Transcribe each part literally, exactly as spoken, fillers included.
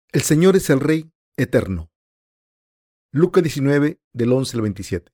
El Señor es el Rey eterno. Lucas diecinueve, del once al veintisiete.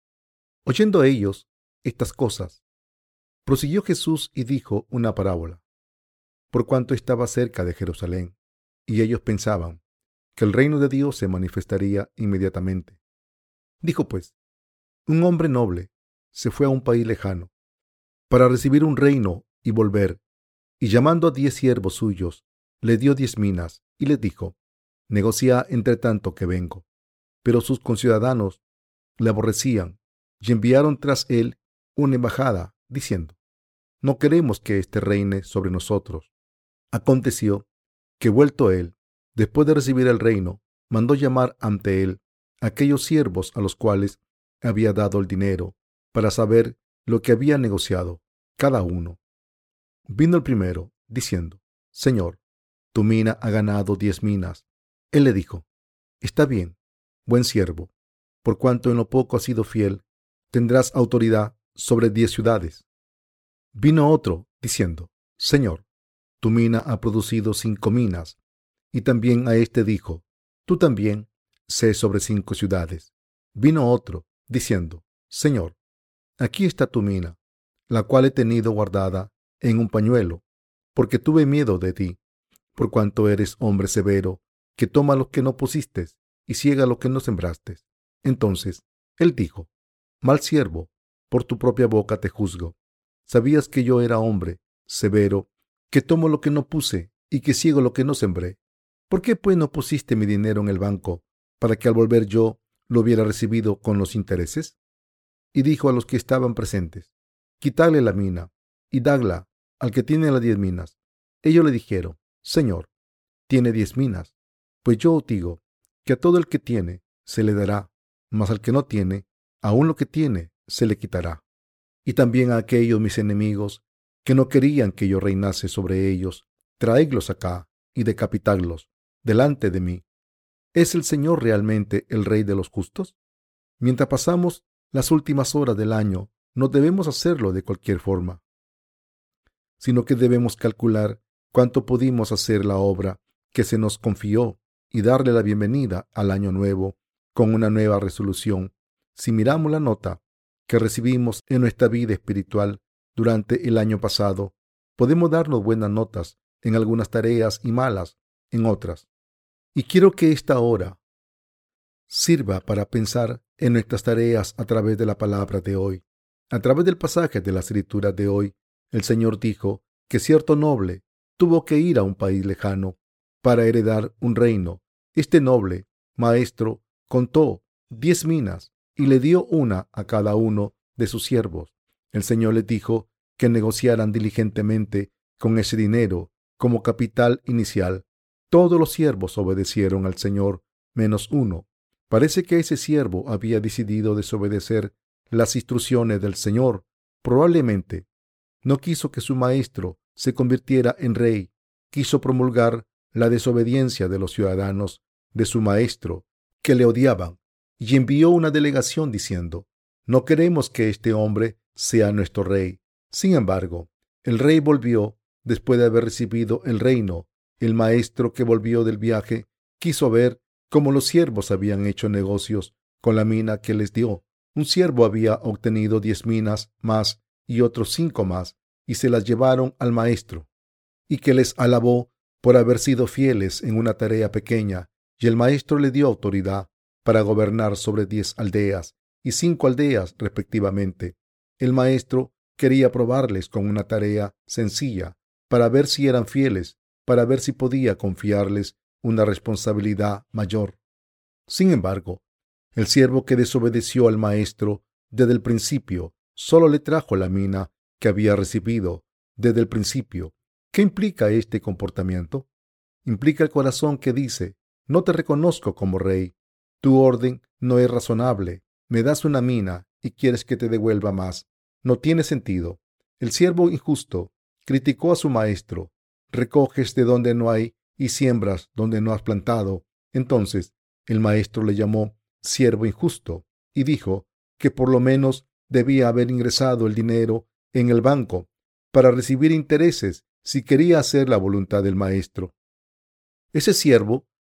Oyendo ellos estas cosas, prosiguió Jesús y dijo una parábola, por cuanto estaba cerca de Jerusalén, y ellos pensaban que el reino de Dios se manifestaría inmediatamente. Dijo pues, un hombre noble se fue a un país lejano para recibir un reino y volver, y llamando a diez siervos suyos, le dio diez minas y les dijo, negocia entre tanto que vengo. Pero sus conciudadanos le aborrecían y enviaron tras él una embajada, diciendo, no queremos que éste reine sobre nosotros. Aconteció que, vuelto él, después de recibir el reino, mandó llamar ante él a aquellos siervos a los cuales había dado el dinero, para saber lo que había negociado cada uno. Vino el primero, diciendo, Señor, tu mina ha ganado diez minas. Él le dijo, está bien, buen siervo, por cuanto en lo poco has sido fiel, tendrás autoridad sobre diez ciudades. Vino otro, diciendo, Señor, tu mina ha producido cinco minas. Y también a éste dijo, tú también sé sobre cinco ciudades. Vino otro, diciendo, Señor, aquí está tu mina, la cual he tenido guardada en un pañuelo, porque tuve miedo de ti, por cuanto eres hombre severo, que toma lo que no pusiste y ciega lo que no sembraste. Entonces él dijo, mal siervo, por tu propia boca te juzgo. Sabías que yo era hombre severo, que tomo lo que no puse y que ciego lo que no sembré. ¿Por qué pues no pusiste mi dinero en el banco, para que al volver yo lo hubiera recibido con los intereses? Y dijo a los que estaban presentes, quitadle la mina y dadla al que tiene las diez minas. Ellos le dijeron, Señor, tiene diez minas. Pues yo os digo que a todo el que tiene se le dará, mas al que no tiene, aun lo que tiene se le quitará. Y también a aquellos mis enemigos que no querían que yo reinase sobre ellos, traedlos acá y decapitadlos delante de mí. ¿Es el Señor realmente el Rey de los justos? Mientras pasamos las últimas horas del año, no debemos hacerlo de cualquier forma, sino que debemos calcular cuánto pudimos hacer la obra que se nos confió y darle la bienvenida al año nuevo con una nueva resolución. Si miramos la nota que recibimos en nuestra vida espiritual durante el año pasado, podemos darnos buenas notas en algunas tareas y malas en otras. Y quiero que esta hora sirva para pensar en nuestras tareas a través de la palabra de hoy. A través del pasaje de las Escrituras de hoy, el Señor dijo que cierto noble tuvo que ir a un país lejano para heredar un reino. Este noble maestro contó diez minas y le dio una a cada uno de sus siervos. El Señor les dijo que negociaran diligentemente con ese dinero como capital inicial. Todos los siervos obedecieron al Señor, menos uno. Parece que ese siervo había decidido desobedecer las instrucciones del Señor. Probablemente no quiso que su maestro se convirtiera en rey. Quiso promulgar la desobediencia de los ciudadanos de su maestro, que le odiaban, y envió una delegación diciendo, no queremos que este hombre sea nuestro rey. Sin embargo, el rey volvió después de haber recibido el reino. El maestro que volvió del viaje quiso ver cómo los siervos habían hecho negocios con la mina que les dio. Un siervo había obtenido diez minas más y otros cinco más, y se las llevaron al maestro, y que les alabó por haber sido fieles en una tarea pequeña, y el maestro le dio autoridad para gobernar sobre diez aldeas y cinco aldeas respectivamente. El maestro quería probarles con una tarea sencilla, para ver si eran fieles, para ver si podía confiarles una responsabilidad mayor. Sin embargo, el siervo que desobedeció al maestro desde el principio solo le trajo la mina que había recibido desde el principio. ¿Qué implica este comportamiento? Implica el corazón que dice, no te reconozco como rey, tu orden no es razonable, me das una mina y quieres que te devuelva más. No tiene sentido. El siervo injusto criticó a su maestro, recoges de donde no hay y siembras donde no has plantado. Entonces el maestro le llamó siervo injusto y dijo que por lo menos debía haber ingresado el dinero en el banco para recibir intereses si quería hacer la voluntad del maestro. Ese siervo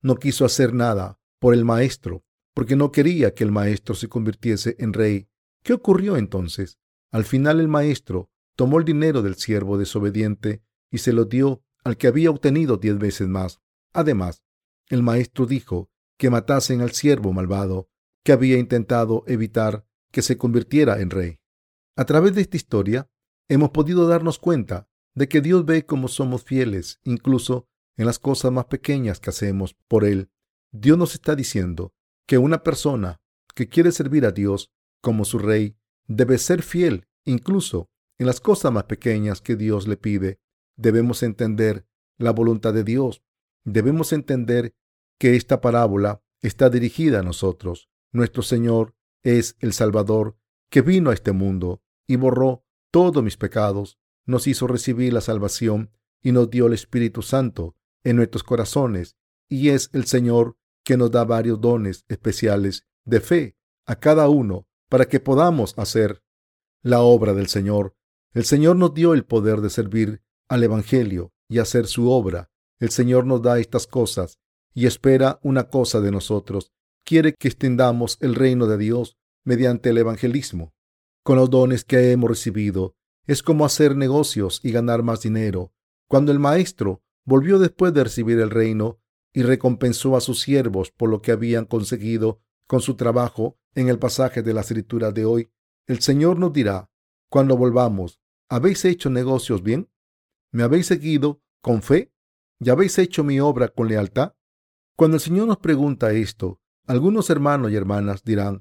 no quiso hacer nada por el maestro, porque no quería que el maestro se convirtiese en rey. ¿Qué ocurrió entonces? Al final el maestro tomó el dinero del siervo desobediente y se lo dio al que había obtenido diez veces más. Además, el maestro dijo que matasen al siervo malvado que había intentado evitar que se convirtiera en rey. A través de esta historia hemos podido darnos cuenta de que Dios ve cómo somos fieles, incluso en las cosas más pequeñas que hacemos por Él. Dios nos está diciendo que una persona que quiere servir a Dios como su rey debe ser fiel, incluso en las cosas más pequeñas que Dios le pide. Debemos entender la voluntad de Dios. Debemos entender que esta parábola está dirigida a nosotros. Nuestro Señor es el Salvador que vino a este mundo y borró todos mis pecados, nos hizo recibir la salvación y nos dio el Espíritu Santo en nuestros corazones, y es el Señor que nos da varios dones especiales de fe a cada uno para que podamos hacer la obra del Señor. El Señor nos dio el poder de servir al Evangelio y hacer su obra. El Señor nos da estas cosas y espera una cosa de nosotros. Quiere que extendamos el reino de Dios mediante el evangelismo. Con los dones que hemos recibido, es como hacer negocios y ganar más dinero. Cuando el maestro volvió después de recibir el reino y recompensó a sus siervos por lo que habían conseguido con su trabajo en el pasaje de la escritura de hoy, el Señor nos dirá, cuando volvamos, ¿habéis hecho negocios bien? ¿Me habéis seguido con fe? ¿Y habéis hecho mi obra con lealtad? Cuando el Señor nos pregunta esto, algunos hermanos y hermanas dirán,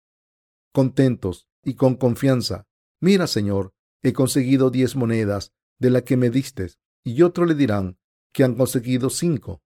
contentos y con confianza, mira, Señor, he conseguido diez monedas de la que me distes, y otros le dirán que han conseguido cinco.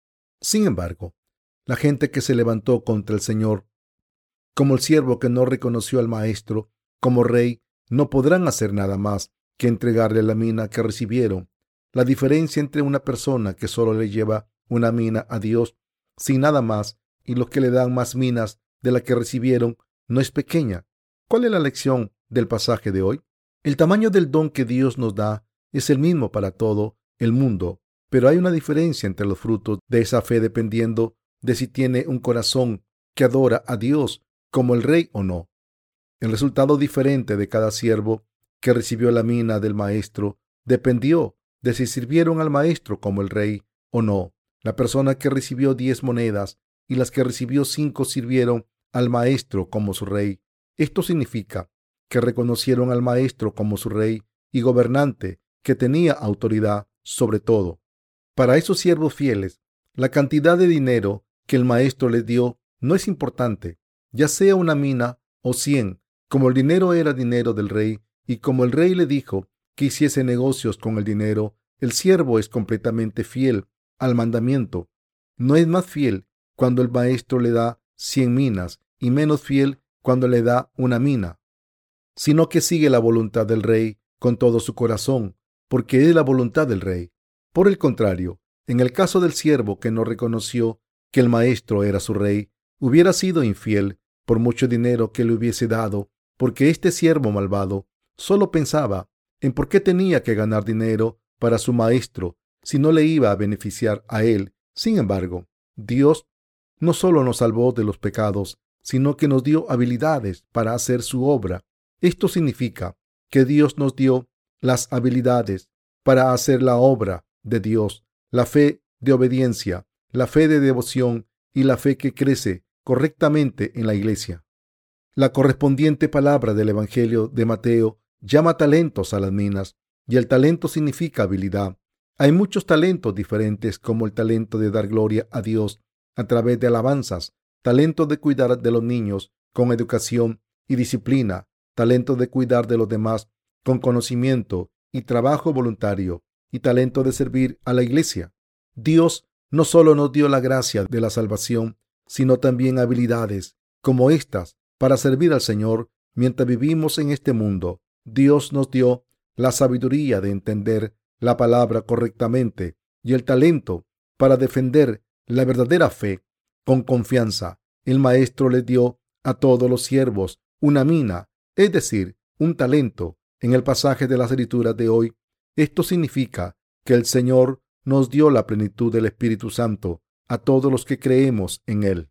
Sin embargo, la gente que se levantó contra el Señor, como el siervo que no reconoció al maestro como rey, no podrán hacer nada más que entregarle la mina que recibieron. La diferencia entre una persona que solo le lleva una mina a Dios sin nada más y los que le dan más minas de la que recibieron no es pequeña. ¿Cuál es la lección del pasaje de hoy? El tamaño del don que Dios nos da es el mismo para todo el mundo, pero hay una diferencia entre los frutos de esa fe dependiendo de si tiene un corazón que adora a Dios como el rey o no. El resultado diferente de cada siervo que recibió la mina del maestro dependió de si sirvieron al maestro como el rey o no. La persona que recibió diez monedas y las que recibió cinco sirvieron al maestro como su rey. Esto significa que reconocieron al maestro como su rey y gobernante que tenía autoridad sobre todo. Para esos siervos fieles, la cantidad de dinero que el maestro les dio no es importante, ya sea una mina o cien, como el dinero era dinero del rey y como el rey le dijo que hiciese negocios con el dinero, el siervo es completamente fiel al mandamiento. No es más fiel cuando el maestro le da cien minas y menos fiel cuando le da una mina, sino que sigue la voluntad del rey con todo su corazón, porque es la voluntad del rey. Por el contrario, en el caso del siervo que no reconoció que el maestro era su rey, hubiera sido infiel por mucho dinero que le hubiese dado, porque este siervo malvado solo pensaba en por qué tenía que ganar dinero para su maestro si no le iba a beneficiar a él. Sin embargo, Dios no solo nos salvó de los pecados, sino que nos dio habilidades para hacer su obra. Esto significa que Dios nos dio las habilidades para hacer la obra de Dios, la fe de obediencia, la fe de devoción y la fe que crece correctamente en la iglesia. La correspondiente palabra del Evangelio de Mateo llama talentos a las minas, y el talento significa habilidad. Hay muchos talentos diferentes, como el talento de dar gloria a Dios a través de alabanzas, talento de cuidar de los niños con educación y disciplina, talento de cuidar de los demás con conocimiento y trabajo voluntario, y talento de servir a la iglesia. Dios no solo nos dio la gracia de la salvación, sino también habilidades como estas para servir al Señor mientras vivimos en este mundo. Dios nos dio la sabiduría de entender la palabra correctamente y el talento para defender la verdadera fe con confianza. El maestro le dio a todos los siervos una mina, es decir, un talento. En el pasaje de las Escrituras de hoy, esto significa que el Señor nos dio la plenitud del Espíritu Santo a todos los que creemos en él.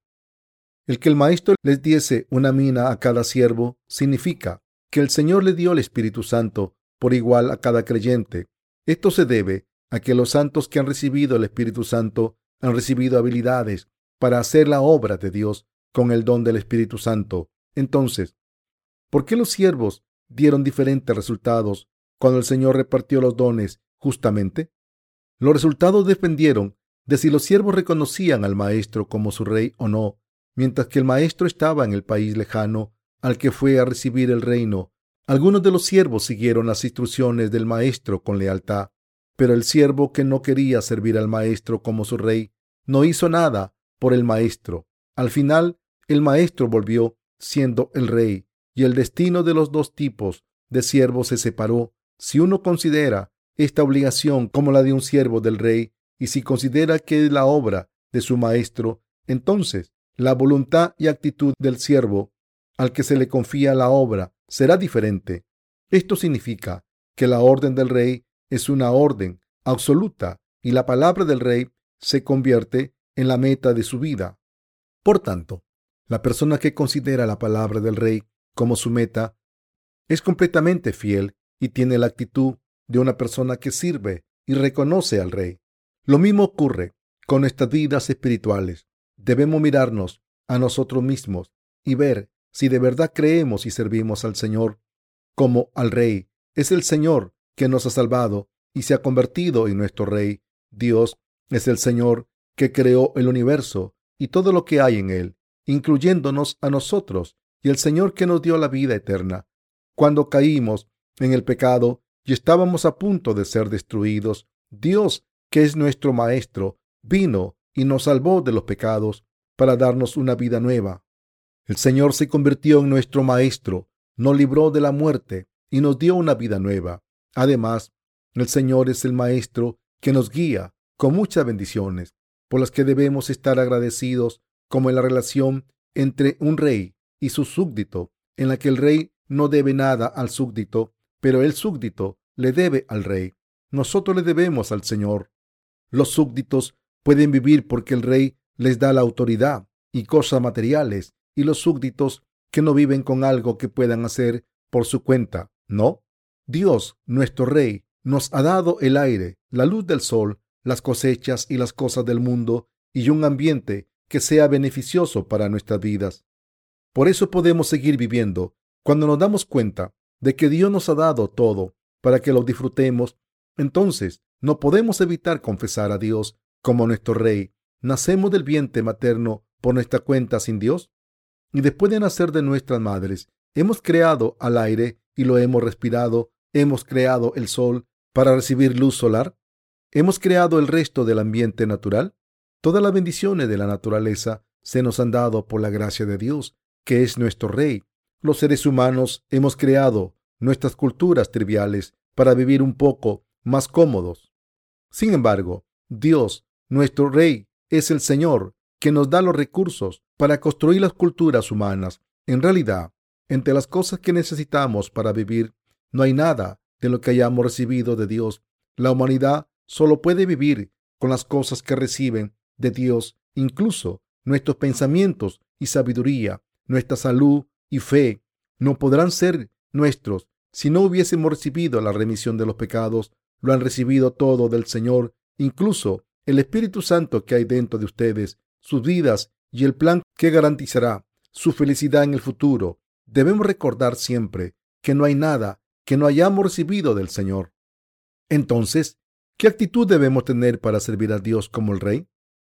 El que el maestro les diese una mina a cada siervo significa que el Señor le dio el Espíritu Santo por igual a cada creyente. Esto se debe a que los santos que han recibido el Espíritu Santo han recibido habilidades para hacer la obra de Dios con el don del Espíritu Santo. Entonces, ¿por qué los siervos dieron diferentes resultados cuando el Señor repartió los dones justamente? Los resultados dependieron de si los siervos reconocían al maestro como su rey o no, mientras que el maestro estaba en el país lejano al que fue a recibir el reino. Algunos de los siervos siguieron las instrucciones del maestro con lealtad, pero el siervo que no quería servir al maestro como su rey no hizo nada por el maestro. Al final, el maestro volvió siendo el rey, y el destino de los dos tipos de siervos se separó. Si uno considera esta obligación como la de un siervo del rey, y si considera que es la obra de su maestro, entonces la voluntad y actitud del siervo al que se le confía la obra será diferente. Esto significa que la orden del rey es una orden absoluta y la palabra del rey se convierte en la meta de su vida. Por tanto, la persona que considera la palabra del rey como su meta es completamente fiel y tiene la actitud de una persona que sirve y reconoce al rey. Lo mismo ocurre con nuestras vidas espirituales. Debemos mirarnos a nosotros mismos y ver si de verdad creemos y servimos al Señor como al Rey. Es el Señor que nos ha salvado y se ha convertido en nuestro Rey. Dios es el Señor que creó el universo y todo lo que hay en él, incluyéndonos a nosotros, y el Señor que nos dio la vida eterna. Cuando caímos en el pecado y estábamos a punto de ser destruidos, Dios, que es nuestro Maestro, vino y nos salvó de los pecados para darnos una vida nueva. El Señor se convirtió en nuestro Maestro, nos libró de la muerte y nos dio una vida nueva. Además, el Señor es el Maestro que nos guía con muchas bendiciones, por las que debemos estar agradecidos, como en la relación entre un rey y su súbdito, en la que el rey no debe nada al súbdito, pero el súbdito le debe al rey. Nosotros le debemos al Señor. Los súbditos pueden vivir porque el rey les da la autoridad y cosas materiales, y los súbditos que no viven con algo que puedan hacer por su cuenta. No. Dios, nuestro Rey, nos ha dado el aire, la luz del sol, las cosechas y las cosas del mundo, y un ambiente que sea beneficioso para nuestras vidas. Por eso podemos seguir viviendo. Cuando nos damos cuenta de que Dios nos ha dado todo para que lo disfrutemos, entonces no podemos evitar confesar a Dios como nuestro Rey. ¿Nacemos del vientre materno por nuestra cuenta sin Dios? Y después de nacer de nuestras madres, hemos creado al aire y lo hemos respirado. Hemos creado el sol para recibir luz solar. Hemos creado el resto del ambiente natural. Todas las bendiciones de la naturaleza se nos han dado por la gracia de Dios, que es nuestro Rey. Los seres humanos hemos creado nuestras culturas triviales para vivir un poco más cómodos. Sin embargo, Dios, nuestro Rey, es el Señor que nos da los recursos para construir las culturas humanas. En realidad, entre las cosas que necesitamos para vivir, no hay nada de lo que hayamos recibido de Dios. La humanidad solo puede vivir con las cosas que reciben de Dios, incluso nuestros pensamientos y sabiduría, nuestra salud y fe no podrán ser nuestros si no hubiésemos recibido la remisión de los pecados. Lo han recibido todo del Señor, incluso el Espíritu Santo que hay dentro de ustedes, sus vidas y el plan que garantizará su felicidad en el futuro. Debemos recordar siempre que no hay nada que no hayamos recibido del Señor. Entonces, ¿qué actitud debemos tener para servir a Dios como el Rey?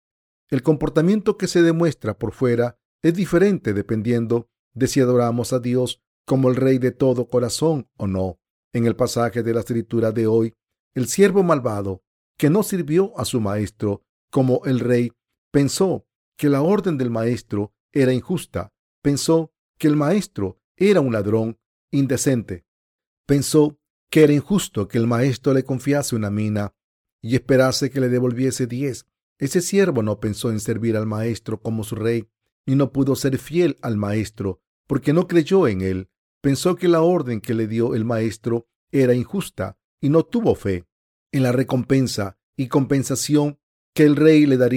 El comportamiento que se demuestra por fuera es diferente dependiendo de si adoramos a Dios como el Rey de todo corazón o no. En el pasaje de la Escritura de hoy, el siervo malvado, que no sirvió a su maestro como el Rey, pensó que la orden del maestro era injusta. Pensó que el maestro era un ladrón indecente. Pensó que era injusto que el maestro le confiase una mina y esperase que le devolviese diez. Ese siervo no pensó en servir al maestro como su rey y no pudo ser fiel al maestro porque no creyó en él. Pensó que la orden que le dio el maestro era injusta y no tuvo fe en la recompensa y compensación que el rey le daría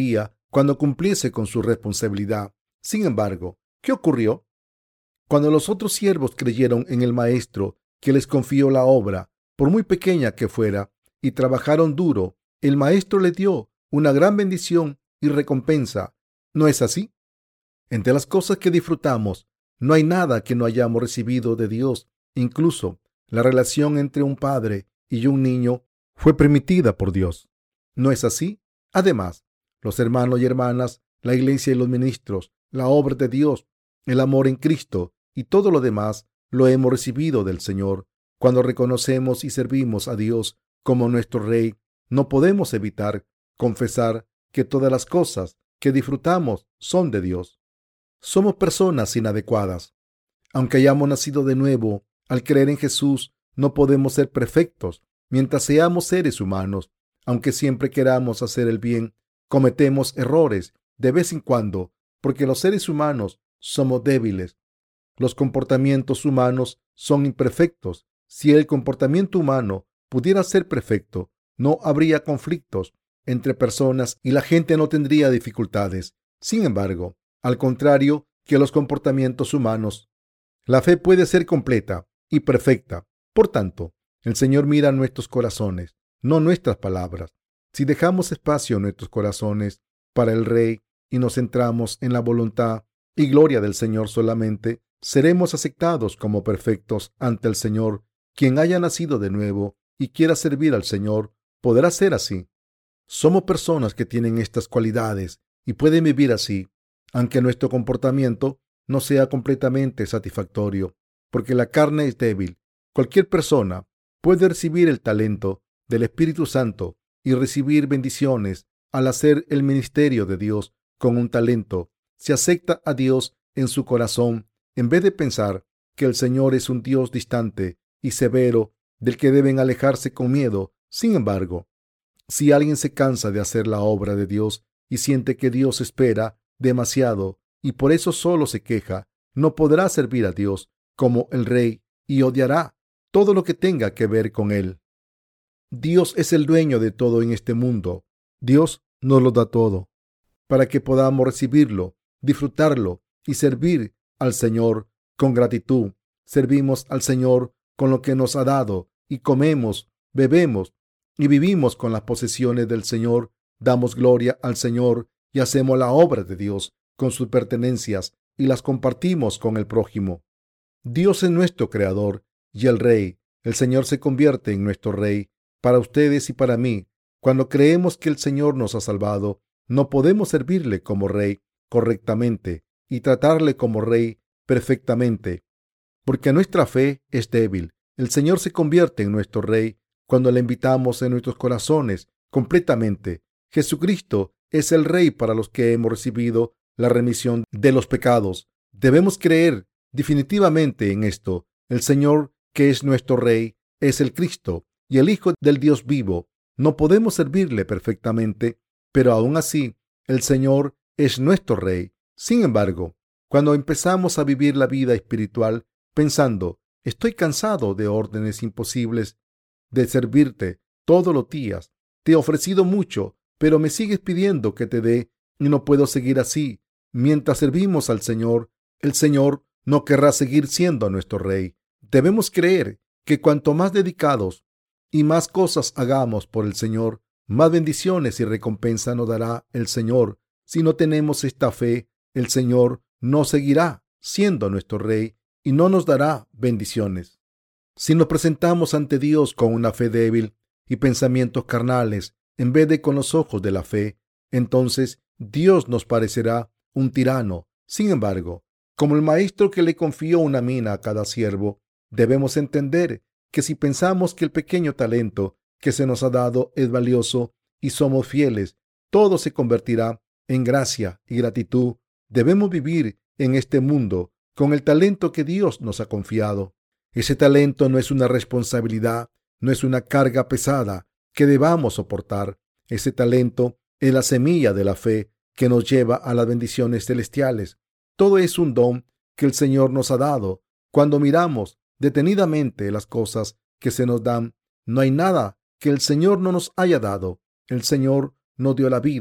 cuando cumpliese con su responsabilidad. Sin embargo, ¿qué ocurrió? Cuando los otros siervos creyeron en el maestro que les confió la obra, por muy pequeña que fuera, y trabajaron duro, el maestro les dio una gran bendición y recompensa. ¿No es así? Entre las cosas que disfrutamos, no hay nada que no hayamos recibido de Dios. Incluso la relación entre un padre y un niño fue permitida por Dios. ¿No es así? Además, los hermanos y hermanas, la iglesia y los ministros, la obra de Dios, el amor en Cristo y todo lo demás lo hemos recibido del Señor. Cuando reconocemos y servimos a Dios como nuestro Rey, no podemos evitar confesar que todas las cosas que disfrutamos son de Dios. Somos personas inadecuadas. Aunque hayamos nacido de nuevo, al creer en Jesús, no podemos ser perfectos mientras seamos seres humanos. Aunque siempre queramos hacer el bien, cometemos errores de vez en cuando, porque los seres humanos somos débiles. Los comportamientos humanos son imperfectos. Si el comportamiento humano pudiera ser perfecto, no habría conflictos entre personas y la gente no tendría dificultades. Sin embargo, al contrario que los comportamientos humanos, la fe puede ser completa y perfecta. Por tanto, el Señor mira nuestros corazones, no nuestras palabras. Si dejamos espacio en nuestros corazones para el Rey y nos centramos en la voluntad y gloria del Señor solamente, seremos aceptados como perfectos ante el Señor. Quien haya nacido de nuevo y quiera servir al Señor, podrá ser así. Somos personas que tienen estas cualidades y pueden vivir así, aunque nuestro comportamiento no sea completamente satisfactorio, porque la carne es débil. Cualquier persona puede recibir el talento del Espíritu Santo y recibir bendiciones al hacer el ministerio de Dios con un talento. Si acepta a Dios en su corazón, en vez de pensar que el Señor es un Dios distante y severo del que deben alejarse con miedo. Sin embargo, si alguien se cansa de hacer la obra de Dios y siente que Dios espera demasiado y por eso solo se queja, no podrá servir a Dios como el Rey y odiará todo lo que tenga que ver con Él. Dios es el dueño de todo en este mundo. Dios nos lo da todo para que podamos recibirlo, disfrutarlo y servir al Señor con gratitud. Servimos al Señor con lo que nos ha dado y comemos, bebemos y vivimos con las posesiones del Señor. Damos gloria al Señor y hacemos la obra de Dios con sus pertenencias y las compartimos con el prójimo. Dios es nuestro Creador y el Rey. El Señor se convierte en nuestro Rey para ustedes y para mí. Cuando creemos que el Señor nos ha salvado, no podemos servirle como Rey correctamente y tratarle como Rey perfectamente, porque nuestra fe es débil. El Señor se convierte en nuestro Rey cuando le invitamos en nuestros corazones completamente. Jesucristo es el Rey para los que hemos recibido la remisión de los pecados. Debemos creer definitivamente en esto. El Señor, que es nuestro Rey, es el Cristo y el Hijo del Dios vivo. No podemos servirle perfectamente, pero aún así, el Señor es nuestro Rey. Sin embargo, cuando empezamos a vivir la vida espiritual pensando, estoy cansado de órdenes imposibles de servirte todos los días, te he ofrecido mucho, pero me sigues pidiendo que te dé y no puedo seguir así. Mientras servimos al Señor, el Señor no querrá seguir siendo nuestro Rey. Debemos creer que cuanto más dedicados y más cosas hagamos por el Señor, más bendiciones y recompensa nos dará el Señor. Si no tenemos esta fe, el Señor no seguirá siendo nuestro Rey y no nos dará bendiciones. Si nos presentamos ante Dios con una fe débil y pensamientos carnales, en vez de con los ojos de la fe, entonces Dios nos parecerá un tirano. Sin embargo, como el maestro que le confió una mina a cada siervo, debemos entender que si pensamos que el pequeño talento que se nos ha dado es valioso y somos fieles, todo se convertirá en gracia y gratitud. Debemos vivir en este mundo con el talento que Dios nos ha confiado. Ese talento no es una responsabilidad, no es una carga pesada que debamos soportar. Ese talento es la semilla de la fe que nos lleva a las bendiciones celestiales. Todo es un don que el Señor nos ha dado. Cuando miramos detenidamente las cosas que se nos dan, no hay nada que el Señor no nos haya dado. El Señor nos dio la vida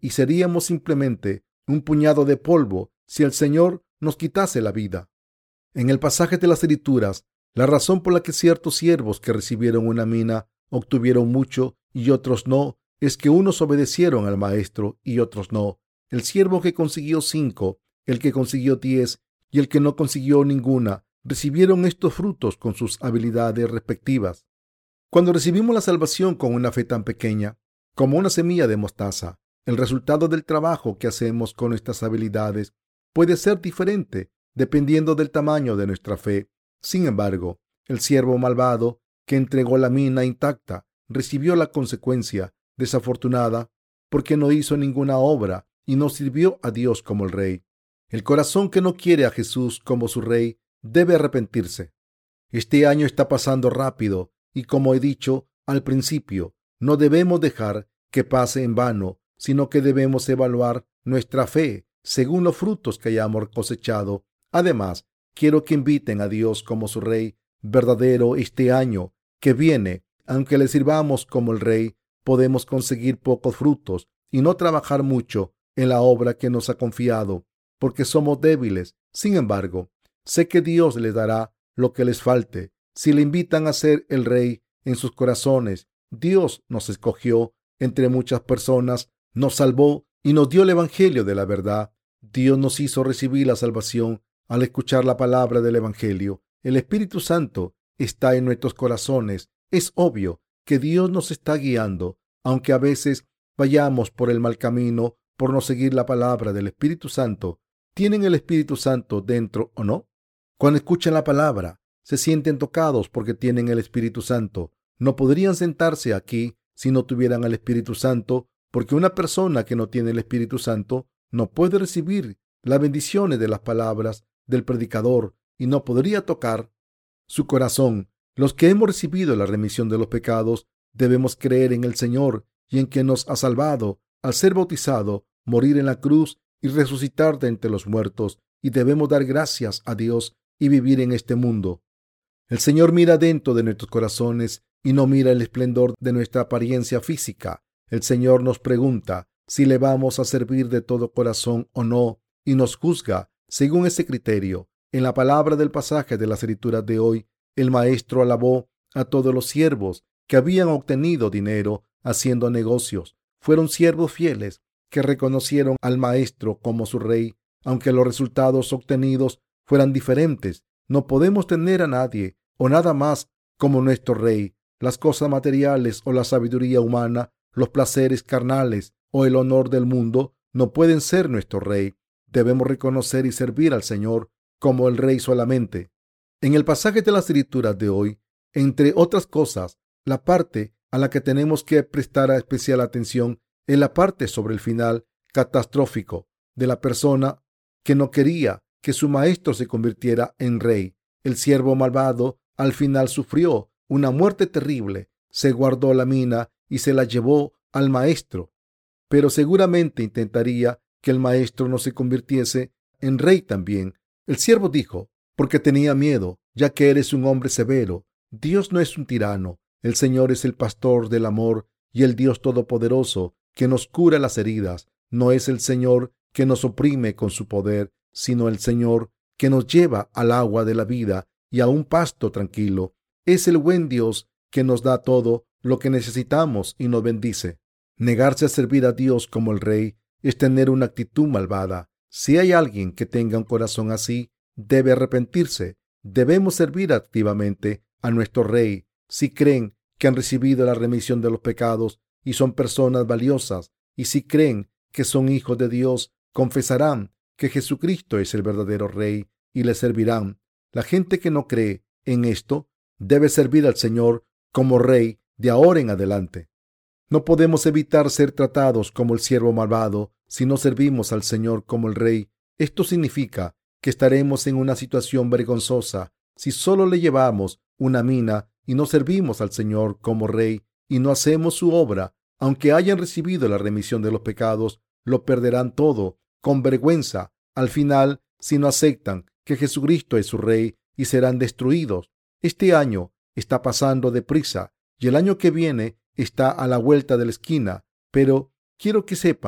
y seríamos simplemente un puñado de polvo si el Señor nos quitase la vida. En el pasaje de las Escrituras, la razón por la que ciertos siervos que recibieron una mina obtuvieron mucho y otros no, es que unos obedecieron al maestro y otros no. El siervo que consiguió cinco, el que consiguió diez y el que no consiguió ninguna, recibieron estos frutos con sus habilidades respectivas. Cuando recibimos la salvación con una fe tan pequeña, como una semilla de mostaza, el resultado del trabajo que hacemos con nuestras habilidades puede ser diferente dependiendo del tamaño de nuestra fe. Sin embargo, el siervo malvado que entregó la mina intacta recibió la consecuencia desafortunada porque no hizo ninguna obra y no sirvió a Dios como el Rey. El corazón que no quiere a Jesús como su Rey debe arrepentirse. Este año está pasando rápido y, como he dicho al principio, no debemos dejar que pase en vano, sino que debemos evaluar nuestra fe según los frutos que hayamos cosechado. Además, quiero que inviten a Dios como su Rey verdadero este año que viene. Aunque le sirvamos como el Rey, podemos conseguir pocos frutos y no trabajar mucho en la obra que nos ha confiado, porque somos débiles. Sin embargo, sé que Dios les dará lo que les falte. Si le invitan a ser el Rey en sus corazones, Dios nos escogió entre muchas personas, nos salvó y nos dio el Evangelio de la verdad. Dios nos hizo recibir la salvación al escuchar la palabra del Evangelio. El Espíritu Santo está en nuestros corazones. Es obvio que Dios nos está guiando, aunque a veces vayamos por el mal camino por no seguir la palabra del Espíritu Santo. ¿Tienen el Espíritu Santo dentro o no? Cuando escuchan la palabra, se sienten tocados porque tienen el Espíritu Santo. No podrían sentarse aquí si no tuvieran el Espíritu Santo, porque una persona que no tiene el Espíritu Santo no puede recibir las bendiciones de las palabras del predicador y no podría tocar su corazón. Los que hemos recibido la remisión de los pecados debemos creer en el Señor y en que nos ha salvado al ser bautizado, morir en la cruz y resucitar de entre los muertos, y debemos dar gracias a Dios y vivir en este mundo. El Señor mira dentro de nuestros corazones y no mira el esplendor de nuestra apariencia física. El Señor nos pregunta si le vamos a servir de todo corazón o no, y nos juzga según ese criterio. En la palabra del pasaje de las Escrituras de hoy, el maestro alabó a todos los siervos que habían obtenido dinero haciendo negocios. Fueron siervos fieles que reconocieron al maestro como su Rey, aunque los resultados obtenidos fueran diferentes. No podemos tener a nadie o nada más como nuestro Rey. Las cosas materiales o la sabiduría humana, los placeres carnales o el honor del mundo no pueden ser nuestro Rey. Debemos reconocer y servir al Señor como el Rey solamente. En el pasaje de las Escrituras de hoy, entre otras cosas, la parte a la que tenemos que prestar especial atención es la parte sobre el final catastrófico de la persona que no quería que su maestro se convirtiera en rey. El siervo malvado al final sufrió una muerte terrible. Se guardó la mina y se la llevó al maestro, pero seguramente intentaría que el maestro no se convirtiese en rey también. El siervo dijo, porque tenía miedo, ya que eres un hombre severo. Dios no es un tirano. El Señor es el pastor del amor y el Dios todopoderoso que nos cura las heridas. No es el Señor que nos oprime con su poder, sino el Señor que nos lleva al agua de la vida y a un pasto tranquilo. Es el buen Dios que nos da todo lo que necesitamos y nos bendice. Negarse a servir a Dios como el Rey es tener una actitud malvada. Si hay alguien que tenga un corazón así, debe arrepentirse. Debemos servir activamente a nuestro Rey. Si creen que han recibido la remisión de los pecados y son personas valiosas, y si creen que son hijos de Dios, confesarán que Jesucristo es el verdadero Rey y le servirán. La gente que no cree en esto debe servir al Señor como Rey de ahora en adelante. No podemos evitar ser tratados como el siervo malvado si no servimos al Señor como el Rey. Esto significa que estaremos en una situación vergonzosa si solo le llevamos una mina y no servimos al Señor como Rey y no hacemos su obra. Aunque hayan recibido la remisión de los pecados, lo perderán todo con vergüenza al final si no aceptan que Jesucristo es su Rey, y serán destruidos. Este año está pasando deprisa y el año que viene está a la vuelta de la esquina, pero quiero que sepan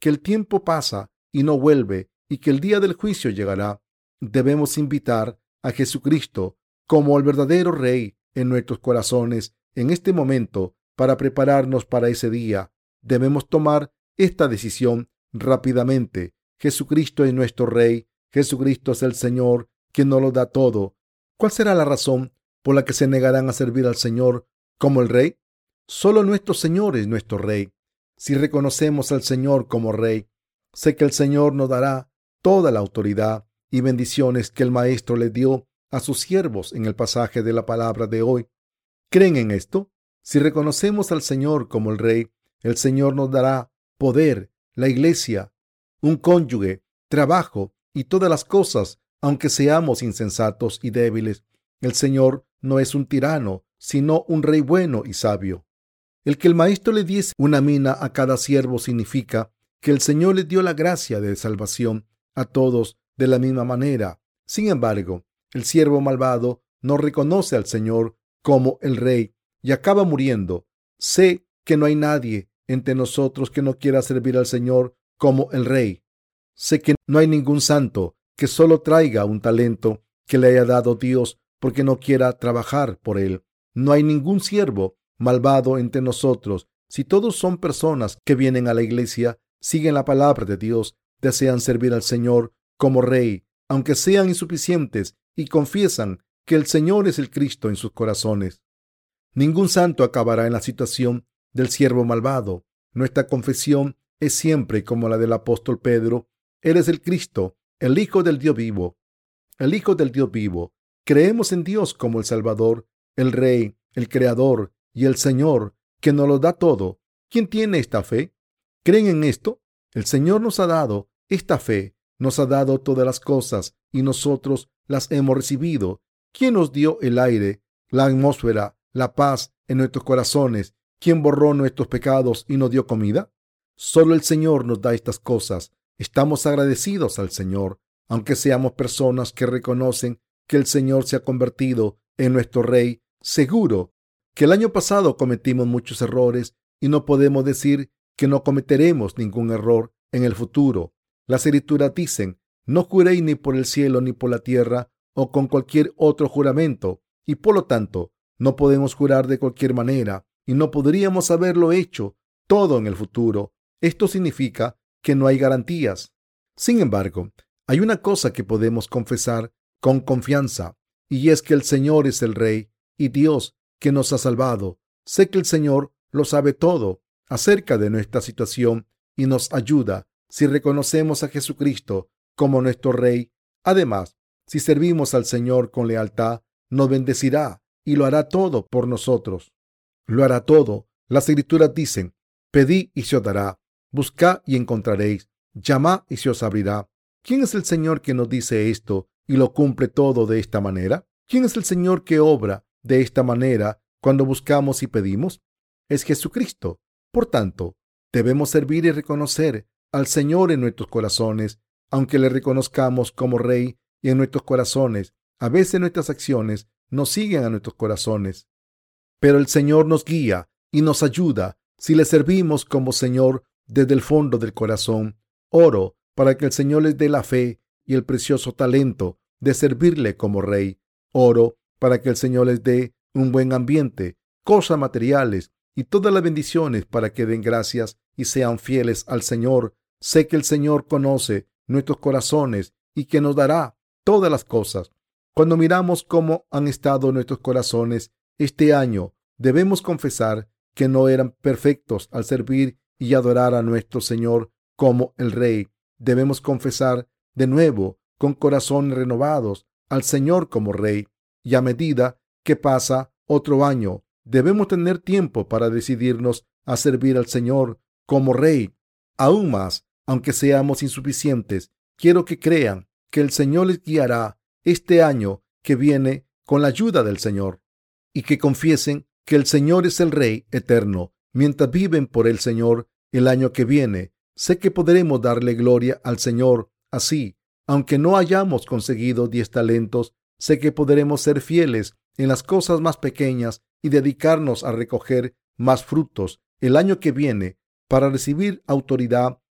que el tiempo pasa y no vuelve y que el día del juicio llegará. Debemos invitar a Jesucristo como el verdadero Rey en nuestros corazones en este momento para prepararnos para ese día. Debemos tomar esta decisión rápidamente. Jesucristo es nuestro Rey. Jesucristo es el Señor, quien nos lo da todo. ¿Cuál será la razón por la que se negarán a servir al Señor como el Rey? Solo nuestro Señor es nuestro Rey. Si reconocemos al Señor como Rey, sé que el Señor nos dará toda la autoridad y bendiciones que el Maestro le dio a sus siervos en el pasaje de la palabra de hoy. ¿Creen en esto? Si reconocemos al Señor como el Rey, el Señor nos dará poder, la iglesia, un cónyuge, trabajo y todas las cosas, aunque seamos insensatos y débiles. El Señor no es un tirano, sino un Rey bueno y sabio. El que el Maestro le diese una mina a cada siervo significa que el Señor les dio la gracia de salvación a todos de la misma manera. Sin embargo, el siervo malvado no reconoce al Señor como el Rey y acaba muriendo. Sé que no hay nadie entre nosotros que no quiera servir al Señor como el Rey. Sé que no hay ningún santo que solo traiga un talento que le haya dado Dios porque no quiera trabajar por él. No hay ningún siervo malvado entre nosotros. Si todos son personas que vienen a la iglesia, siguen la palabra de Dios, desean servir al Señor como Rey, aunque sean insuficientes, y confiesan que el Señor es el Cristo en sus corazones. Ningún santo acabará en la situación del siervo malvado. Nuestra confesión es siempre como la del apóstol Pedro: eres el Cristo, el Hijo del Dios vivo. El Hijo del Dios vivo. Creemos en Dios como el Salvador, el Rey, el Creador y el Señor, que nos lo da todo. ¿Quién tiene esta fe? ¿Creen en esto? El Señor nos ha dado esta fe, nos ha dado todas las cosas y nosotros las hemos recibido. ¿Quién nos dio el aire, la atmósfera, la paz en nuestros corazones? ¿Quién borró nuestros pecados y nos dio comida? Solo el Señor nos da estas cosas. Estamos agradecidos al Señor, aunque seamos personas que reconocen que el Señor se ha convertido en nuestro Rey. Seguro que el año pasado cometimos muchos errores y no podemos decir que no cometeremos ningún error en el futuro. Las Escrituras dicen: no juréis ni por el cielo ni por la tierra o con cualquier otro juramento, y por lo tanto no podemos jurar de cualquier manera y no podríamos haberlo hecho todo en el futuro. Esto significa que no hay garantías. Sin embargo, hay una cosa que podemos confesar con confianza, y es que el Señor es el Rey y Dios que nos ha salvado. Sé que el Señor lo sabe todo acerca de nuestra situación y nos ayuda si reconocemos a Jesucristo como nuestro Rey. Además, si servimos al Señor con lealtad, nos bendecirá y lo hará todo por nosotros. Lo hará todo. Las Escrituras dicen: pedid y se os dará, buscad y encontraréis, llamad y se os abrirá. ¿Quién es el Señor que nos dice esto y lo cumple todo de esta manera? ¿Quién es el Señor que obra de esta manera cuando buscamos y pedimos? Es Jesucristo. Por tanto, debemos servir y reconocer al Señor en nuestros corazones, aunque le reconozcamos como Rey y en nuestros corazones. A veces nuestras acciones no siguen a nuestros corazones, pero el Señor nos guía y nos ayuda si le servimos como Señor desde el fondo del corazón. Oro para que el Señor les dé la fe y el precioso talento de servirle como Rey. Oro para que el Señor les dé un buen ambiente, cosas materiales y todas las bendiciones para que den gracias y sean fieles al Señor. Sé que el Señor conoce nuestros corazones y que nos dará todas las cosas. Cuando miramos cómo han estado nuestros corazones este año, debemos confesar que no eran perfectos al servir y adorar a nuestro Señor como el Rey. Debemos confesar de nuevo, con corazones renovados, al Señor como Rey. Y a medida que pasa otro año, debemos tener tiempo para decidirnos a servir al Señor como Rey. Aún más, aunque seamos insuficientes, quiero que crean que el Señor les guiará este año que viene con la ayuda del Señor, y que confiesen que el Señor es el Rey eterno mientras viven por el Señor el año que viene. Sé que podremos darle gloria al Señor así, aunque no hayamos conseguido diez talentos. Sé que podremos ser fieles en las cosas más pequeñas y dedicarnos a recoger más frutos el año que viene para recibir autoridad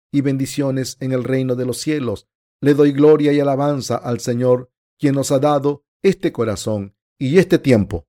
y bendiciones en el reino de los cielos. Le doy gloria y alabanza al Señor, quien nos ha dado este corazón y este tiempo.